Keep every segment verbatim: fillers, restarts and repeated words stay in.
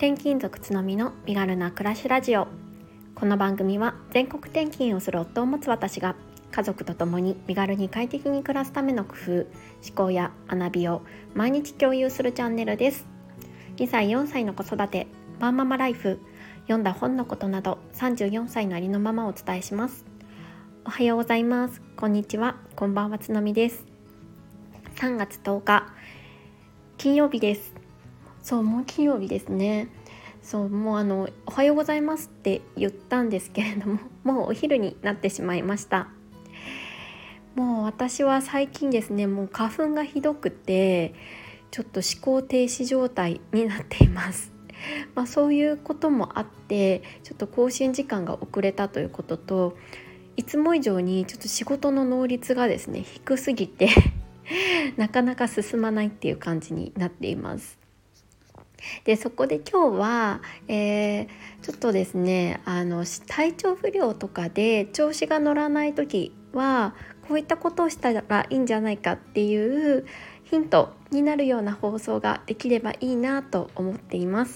転勤族つのみの身軽な暮らしラジオ。この番組は全国転勤をする夫を持つ私が家族と共に身軽に快適に暮らすための工夫、思考や学びを毎日共有するチャンネルです。にさいよんさいの子育て、ワンママライフ、読んだ本のことなどさんじゅうよんさいのありのままをお伝えします。おはようございます、こんにちは、こんばんは、つのみです。さんがつとおか金曜日です。そう、もう金曜日ですね。そうもうあのおはようございますって言ったんですけれども、もうお昼になってしまいました。もう私は最近ですね、もう花粉がひどくてちょっと思考停止状態になっています。まあ、そういうこともあってちょっと更新時間が遅れたということと、いつも以上にちょっと仕事の能率がですね低すぎてなかなか進まないっていう感じになっています。でそこで今日は、えー、ちょっとですねあの体調不良とかで調子が乗らない時はこういったことをしたらいいんじゃないかっていうヒントになるような放送ができればいいなと思っています。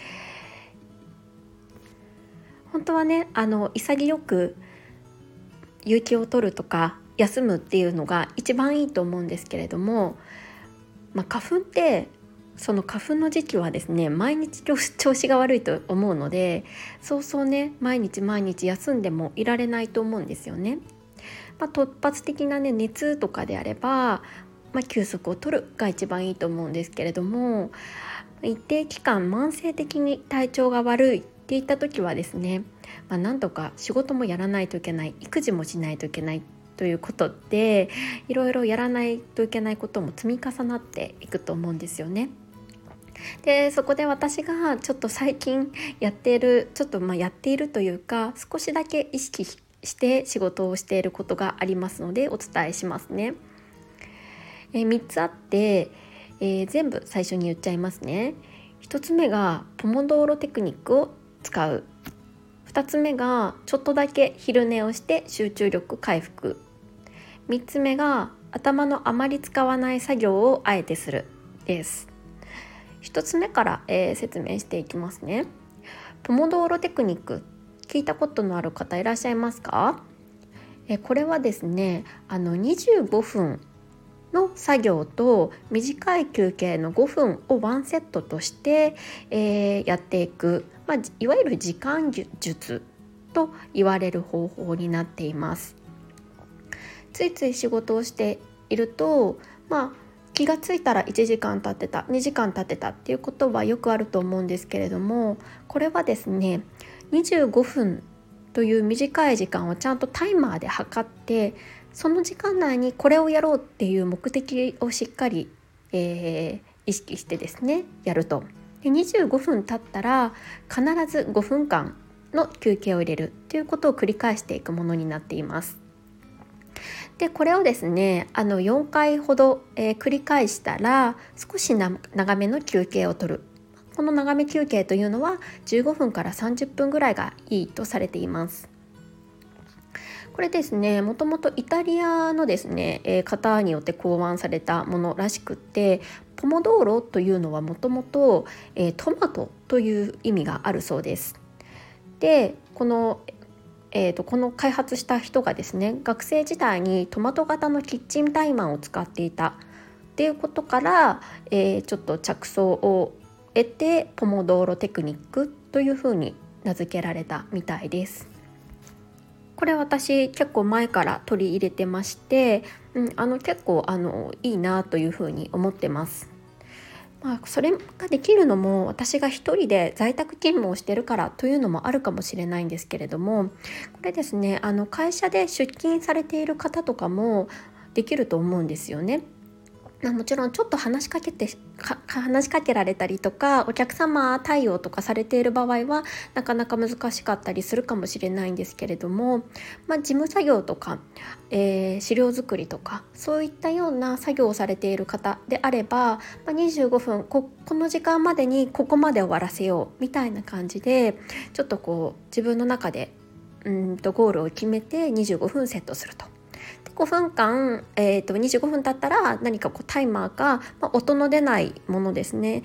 本当はねあの潔く有給を取るとか休むっていうのが一番いいと思うんですけれども、まあ、花粉ってその花粉の時期はですね毎日調子が悪いと思うので、そうそうね毎日毎日休んでもいられないと思うんですよね。まあ、突発的な、ね、熱とかであれば、まあ、休息を取るが一番いいと思うんですけれども、一定期間慢性的に体調が悪いっていった時はですね、まあ、なんとか仕事もやらないといけない、育児もしないといけないということで、いろいろやらないといけないことも積み重なっていくと思うんですよね。でそこで私がちょっと最近やっているちょっとまあやっているというか少しだけ意識して仕事をしていることがありますのでお伝えしますね。えー、みっつあって、えー、全部最初に言っちゃいますね。ひとつめがポモドーロテクニックを使う。ふたつめがちょっとだけ昼寝をして集中力回復。みっつめが頭のあまり使わない作業をあえてするです。ひとつめから、えー、説明していきますね。ポモドーロテクニック、聞いたことのある方いらっしゃいますか？えー、これはですねあのにじゅうごふんの作業と短い休憩のごふんをワンセットとして、えー、やっていく、まあ、いわゆる時間術と言われる方法になっています。ついつい仕事をしていると、まあ気がついたらいちじかん経ってた、にじかん経ってたっていうことはよくあると思うんですけれども、これはですねにじゅうごふんという短い時間をちゃんとタイマーで測って、その時間内にこれをやろうっていう目的をしっかり、えー、意識してですねやると。でにじゅうごふん経ったら必ずごふんかんの休憩を入れるということを繰り返していくものになっています。でこれをですねあのよんかいほど、えー、繰り返したら少しな長めの休憩を取る。この長め休憩というのはじゅうごふんからさんじゅっぷんぐらいがいいとされています。これですねもともとイタリアのですね、えー、方によって考案されたものらしくって、ポモドーロというのはもともとトマトという意味があるそうです。でこのえー、とこの開発した人がですね学生時代にトマト型のキッチンタイマーを使っていたっていうことから、えー、ちょっと着想を得てポモドーロテクニックというふうに名付けられたみたいです。これ私結構前から取り入れてまして、うん、あの結構あのいいなというふうに思ってます。まあ、それができるのも私が一人で在宅勤務をしているからというのもあるかもしれないんですけれども、これですねあの会社で出勤されている方とかもできると思うんですよね。もちろんちょっと話しかけてか話しかけられたりとかお客様対応とかされている場合はなかなか難しかったりするかもしれないんですけれども、まあ、事務作業とか、えー、資料作りとかそういったような作業をされている方であれば、まあ、にじゅうごふん こ, この時間までにここまで終わらせようみたいな感じでちょっとこう自分の中でうんとゴールを決めてにじゅうごふんセットすると。ごふんかん、えー、とにじゅうごふん経ったら何かこうタイマーか、まあ、音の出ないものですね、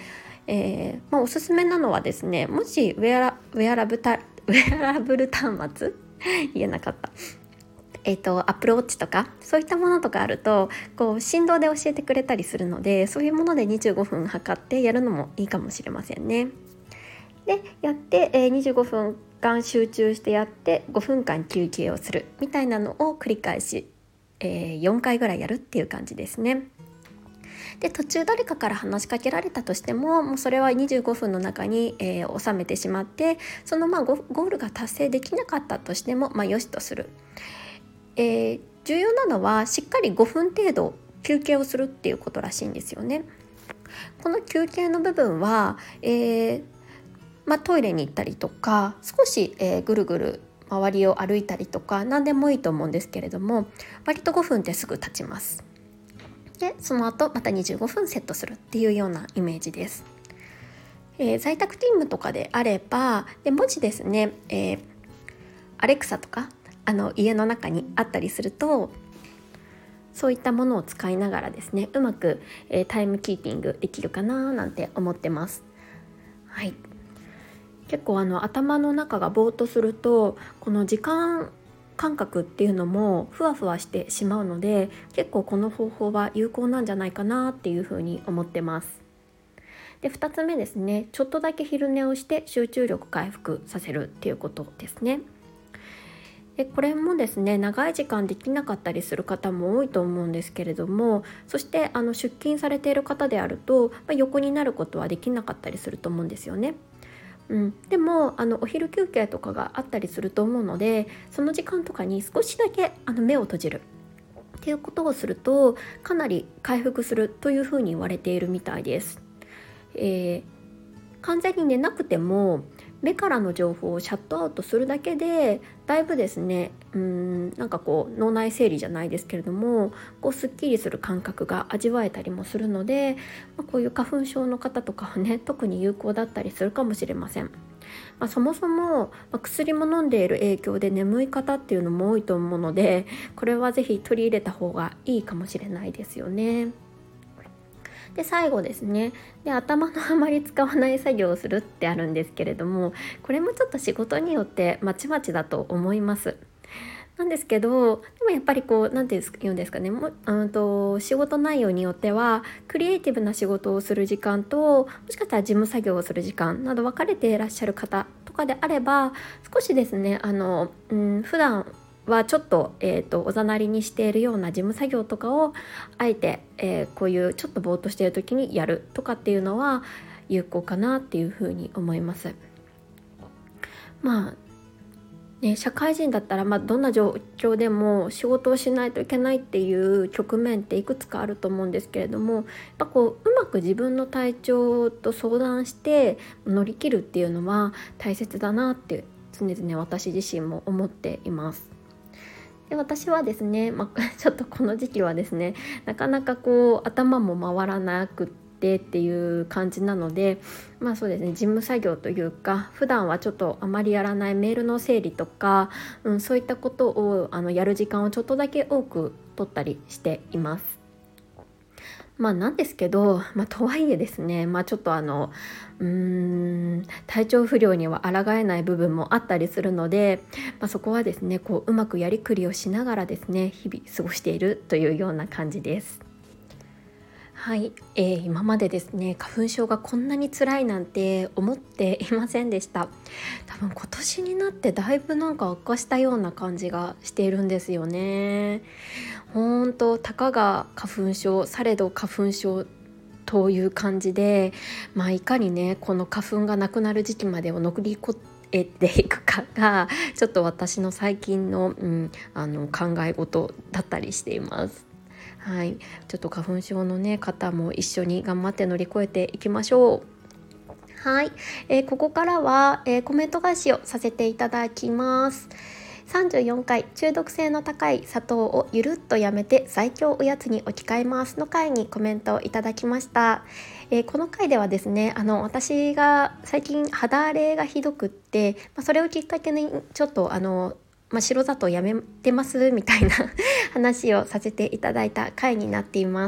えーまあ、おすすめなのはですね、もしウェアラ、ウェアラブタウェアラブル端末言えなかったえーと、アップルウォッチとかそういったものとかあるとこう振動で教えてくれたりするので、そういうものでにじゅうごふん測ってやるのもいいかもしれませんね。でやって、えー、にじゅうごふんかん集中してやってごふんかん休憩をするみたいなのを繰り返し、えー、よんかいぐらいやるっていう感じですね。で途中誰かから話しかけられたとしても、もうそれはにじゅうごふんの中に、えー、収めてしまって、そのまあ ゴ, ゴールが達成できなかったとしても、まあ、よしとする。えー、重要なのはしっかりごふん程度休憩をするっていうことらしいんですよね。この休憩の部分は、えーまあ、トイレに行ったりとか少し、えー、ぐるぐる周りを歩いたりとか何でもいいと思うんですけれども、割とごふんってすぐ経ちます。でその後またにじゅうごふんセットするっていうようなイメージです。えー、在宅勤務とかであれば、でもしですね、えー、アレクサとかあの家の中にあったりすると、そういったものを使いながらですね、うまく、えー、タイムキーピングできるかななんて思ってます。はい、結構あの頭の中がぼーっとすると、この時間感覚っていうのもふわふわしてしまうので、結構この方法は有効なんじゃないかなっていうふうに思ってます。でふたつめですね、ちょっとだけ昼寝をして集中力回復させるっていうことですね。でこれもですね、長い時間できなかったりする方も多いと思うんですけれども、そしてあの出勤されている方であると、まあ、横になることはできなかったりすると思うんですよね。うん、でもあのお昼休憩とかがあったりすると思うので、その時間とかに少しだけあの目を閉じるっていうことをすると、かなり回復するというふうに言われているみたいです。えー、完全に寝なくても目からの情報をシャットアウトするだけで、だいぶですね、うーんなんかこう脳内整理じゃないですけれども、こうすっきりする感覚が味わえたりもするので、まあ、こういう花粉症の方とかはね、特に有効だったりするかもしれません。まあ、そもそも、まあ、薬も飲んでいる影響で眠い方っていうのも多いと思うので、これはぜひ取り入れた方がいいかもしれないですよね。で最後ですね、で頭のあまり使わない作業をするってあるんですけれども、これもちょっと仕事によってまちまちだと思います。なんですけど、でもやっぱりこうなんて言うんですかね、もうんと仕事内容によってはクリエイティブな仕事をする時間と、もしかしたら事務作業をする時間など分かれていらっしゃる方とかであれば、少しですね、あの、うん、普段はちょっと、えーと、おざなりにしているような事務作業とかをあえて、えー、こういうちょっとぼーっとしている時にやるとかっていうのは有効かなっていうふうに思います。まあね、社会人だったら、まあ、どんな状況でも仕事をしないといけないっていう局面っていくつかあると思うんですけれども、やっぱこううまく自分の体調と相談して乗り切るっていうのは大切だなって常々私自身も思っています。で私はですね、まあ、ちょっとこの時期はですね、なかなかこう頭も回らなくってっていう感じなので、まあそうですね、事務作業というか、普段はちょっとあまりやらないメールの整理とか、うん、そういったことをあのやる時間をちょっとだけ多く取ったりしています。まあなんですけど、まあ、とはいえですね、まあちょっとあのうーん体調不良には抗えない部分もあったりするので、まあ、そこはですね、こううまくやりくりをしながらですね、日々過ごしているというような感じです。はい、えー、今までですね、花粉症がこんなに辛いなんて思っていませんでした。多分今年になってだいぶなんか悪化したような感じがしているんですよね。ほんとたかが花粉症されど花粉症という感じで、まあ、いかにねこの花粉がなくなる時期までを乗り越えていくかがちょっと私の最近の、うん、あの考え事だったりしています。はい、ちょっと花粉症の、ね、方も一緒に頑張って乗り越えていきましょう。はい、えー、ここからは、えー、コメント返しをさせていただきます。さんじゅうよんかい中毒性の高い砂糖をゆるっとやめて最強おやつに置き換えますの回にコメントをいただきました。えー、この回ではですね、あの私が最近肌荒れがひどくって、まあ、それをきっかけにちょっとあのまあ、白砂糖やめてますみたいな話をさせていただいた回になっています。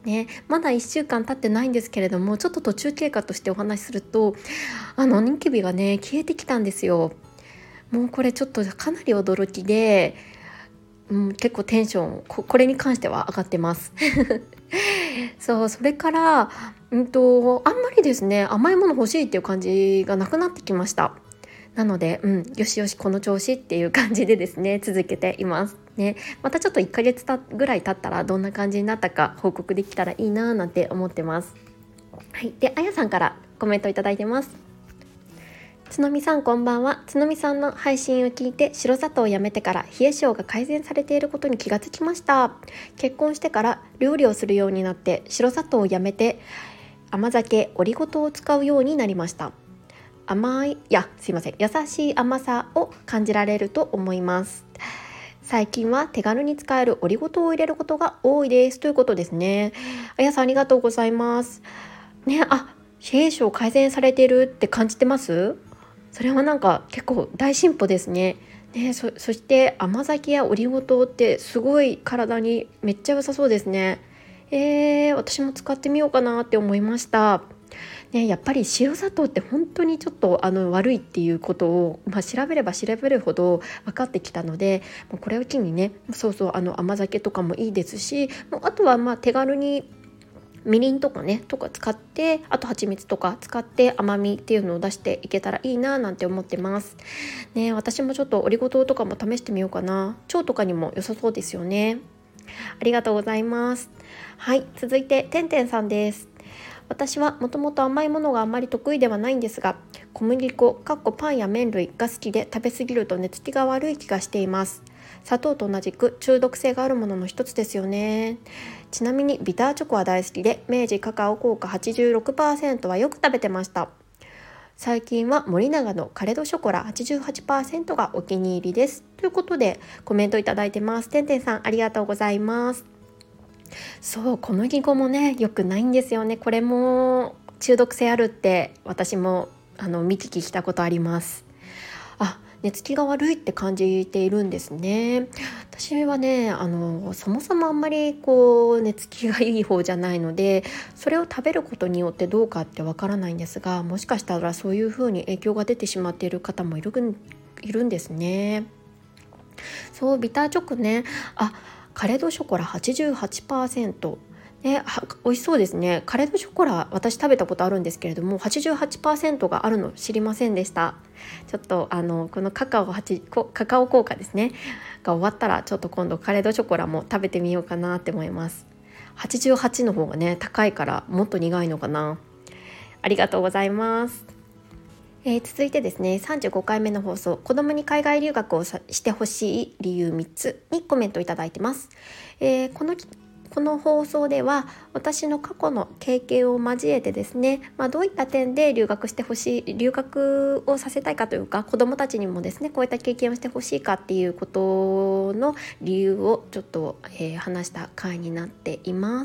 ね、まだいっしゅうかん経ってないんですけれども、ちょっと途中経過としてお話しすると、あのニキビがね消えてきたんですよ。もうこれちょっとかなり驚きで、うん、結構テンション こ, これに関しては上がってますそうそれから、うんと、あんまりですね甘いもの欲しいっていう感じがなくなってきました。なので、うん、よしよしこの調子っていう感じでですね続けていますね。またちょっといっかげつたぐらい経ったらどんな感じになったか報告できたらいいななんて思ってます。はい、であやさんからコメントいただいてます。つのみさんこんばんは。つのみさんの配信を聞いて白砂糖をやめてから冷え性が改善されていることに気がつきました。結婚してから料理をするようになって白砂糖をやめて甘酒オリゴ糖を使うようになりました。甘いいやすいません優しい甘さを感じられると思います。最近は手軽に使えるオリゴ糖を入れることが多いですということですね。あやさんありがとうございますね。あ、冷え性改善されているって感じてます？それはなんか結構大進歩ですね。ね、そ, そして甘酒やオリゴ糖ってすごい体にめっちゃ良さそうですね。えー、私も使ってみようかなって思いました。ね、やっぱり塩砂糖って本当にちょっとあの悪いっていうことを、まあ、調べれば調べるほど分かってきたので、もうこれを機にね、そうそうあの甘酒とかもいいですし、もうあとはまあ手軽にみりんとかねとか使って、あと蜂蜜とか使って甘みっていうのを出していけたらいいななんて思ってますね。私もちょっとオリゴ糖とかも試してみようかな。腸とかにも良さそうですよね。ありがとうございます。はい、続いててんてんさんです。私はもともと甘いものがあまり得意ではないんですが、小麦粉かっこパンや麺類が好きで、食べ過ぎると寝つきが悪い気がしています。砂糖と同じく中毒性があるものの一つですよね。ちなみにビターチョコは大好きで、明治カカオ効果 はちじゅうろくパーセント はよく食べてました。最近は森永のカレドショコラ はちじゅうはちパーセント がお気に入りです。ということでコメントいただいてます。てんてんさんありがとうございます。そう小麦粉もね良くないんですよね。これも中毒性あるって私もあの見聞きしたことあります。あ、寝つきが悪いって感じているんですね。私はねあのそもそもあんまりこう寝つきがいい方じゃないので、それを食べることによってどうかってわからないんですが、もしかしたらそういう風に影響が出てしまっている方もいるん、いるんですね。そうビターチョコね、あカレドショコラ はちじゅうはちパーセントね、美味しそうですね。カレドショコラ私食べたことあるんですけれども はちじゅうはちパーセント があるの知りませんでした。ちょっとあのこのカカオ8カカオ効果ですねが終わったら、ちょっと今度カレドショコラも食べてみようかなって思います。はちじゅうはちの方がね高いからもっと苦いのかな。ありがとうございます。えー、続いてですねさんじゅうごかいめの放送、子供に海外留学をしてほしい理由みっつにコメントいただいてます。えー、このこの放送では私の過去の経験を交えてですね、まあ、どういった点で留学してほしい留学をさせたいかというか、子どもたちにもですねこういった経験をしてほしいかっていうことの理由をちょっと、えー、話した回になっています。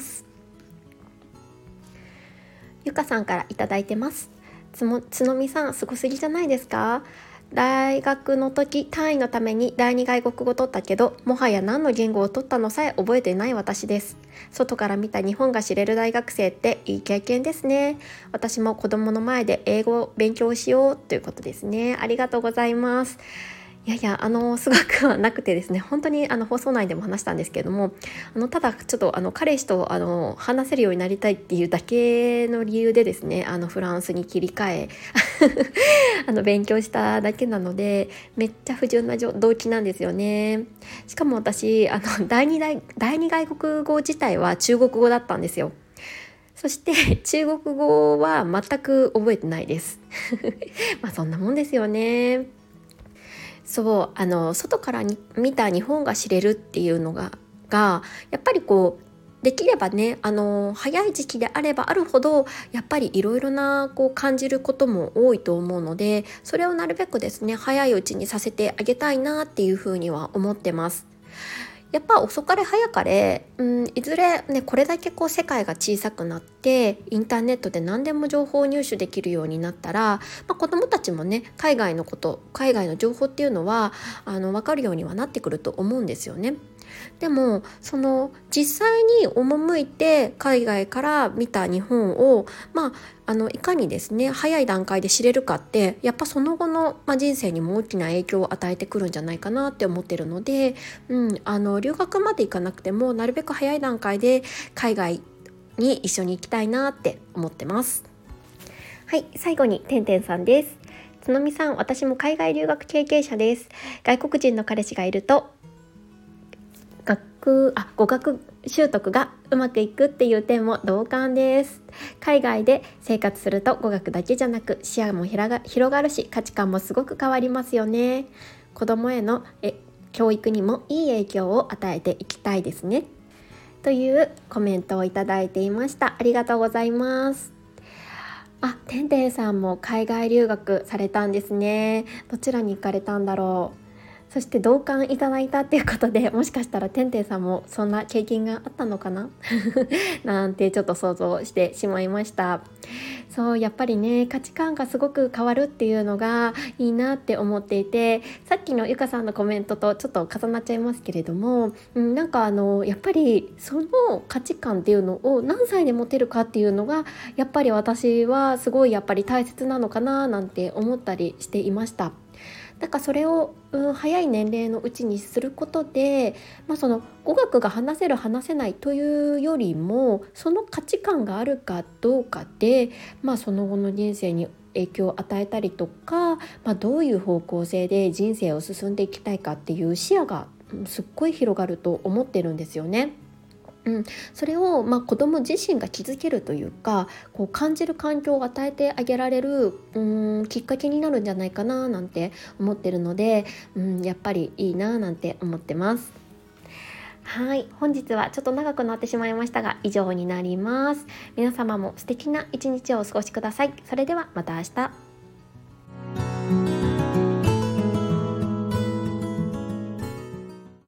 ゆかさんからいただいてます。つもつのみさんすごすぎじゃないですか？大学の時単位のために第二外国語を取ったけど、もはや何の言語を取ったのさえ覚えてない私です。外から見た日本が知れる大学生っていい経験ですね。私も子供の前で英語を勉強しようということですね。ありがとうございます。いやいやあのすごくはなくてですね、本当にあの放送内でも話したんですけれども、あのただちょっとあの彼氏とあの話せるようになりたいっていうだけの理由でですね、あのフランスに切り替えあの勉強しただけなので、めっちゃ不純な動機なんですよね。しかも私あの第二第第二外国語自体は中国語だったんですよ。そして中国語は全く覚えてないですまあそんなもんですよね。そうあの外からに見た日本が知れるっていうのががやっぱりこうできればね、あの早い時期であればあるほどやっぱりいろいろなこう感じることも多いと思うので、それをなるべくですね早いうちにさせてあげたいなっていうふうには思ってます。やっぱ遅かれ早かれ、うん、いずれねこれだけこう世界が小さくなってインターネットで何でも情報を入手できるようになったら、まあ、子どもたちもね海外のこと海外の情報っていうのはあの分かるようにはなってくると思うんですよね。 でもその実際に赴いて海外から見た日本を、まあ、あのいかにですね早い段階で知れるかってやっぱその後の、まあ、人生にも大きな影響を与えてくるんじゃないかなって思ってるので、うん、あの留学まで行かなくてもなるべく早い段階で海外に一緒に行きたいなって思ってます。はい、最後にてんてんさんです。つのみさん、私も海外留学経験者です。外国人の彼氏がいると学あ語学習得がうまくいくっていう点も同感です。海外で生活すると語学だけじゃなく視野も広が、広がるし価値観もすごく変わりますよね。子供へのえ教育にもいい影響を与えていきたいですね、というコメントをいただいていました。ありがとうございます。あ、てんてんさんも海外留学されたんですね。どちらに行かれたんだろう。そして同感いただいたっていうことで、もしかしたらてんてんさんもそんな経験があったのかななんてちょっと想像してしまいました。そう、やっぱりね、価値観がすごく変わるっていうのがいいなって思っていて、さっきのゆかさんのコメントとちょっと重なっちゃいますけれども、うん、なんかあのやっぱりその価値観っていうのを何歳で持てるかっていうのがやっぱり私はすごいやっぱり大切なのかななんて思ったりしていました。なんかそれを、うん、早い年齢のうちにすることで、まあ、その語学が話せる話せないというよりもその価値観があるかどうかで、まあ、その後の人生に影響を与えたりとか、まあ、どういう方向性で人生を進んでいきたいかっていう視野がうんすっごい広がると思ってるんですよね。うん、それを、まあ、子ども自身が気づけるというかこう感じる環境を与えてあげられるうんきっかけになるんじゃないかななんて思ってるので、うん、やっぱりいいななんて思ってます。はい、本日はちょっと長くなってしまいましたが以上になります。皆様も素敵な一日をお過ごしください。それではまた明日。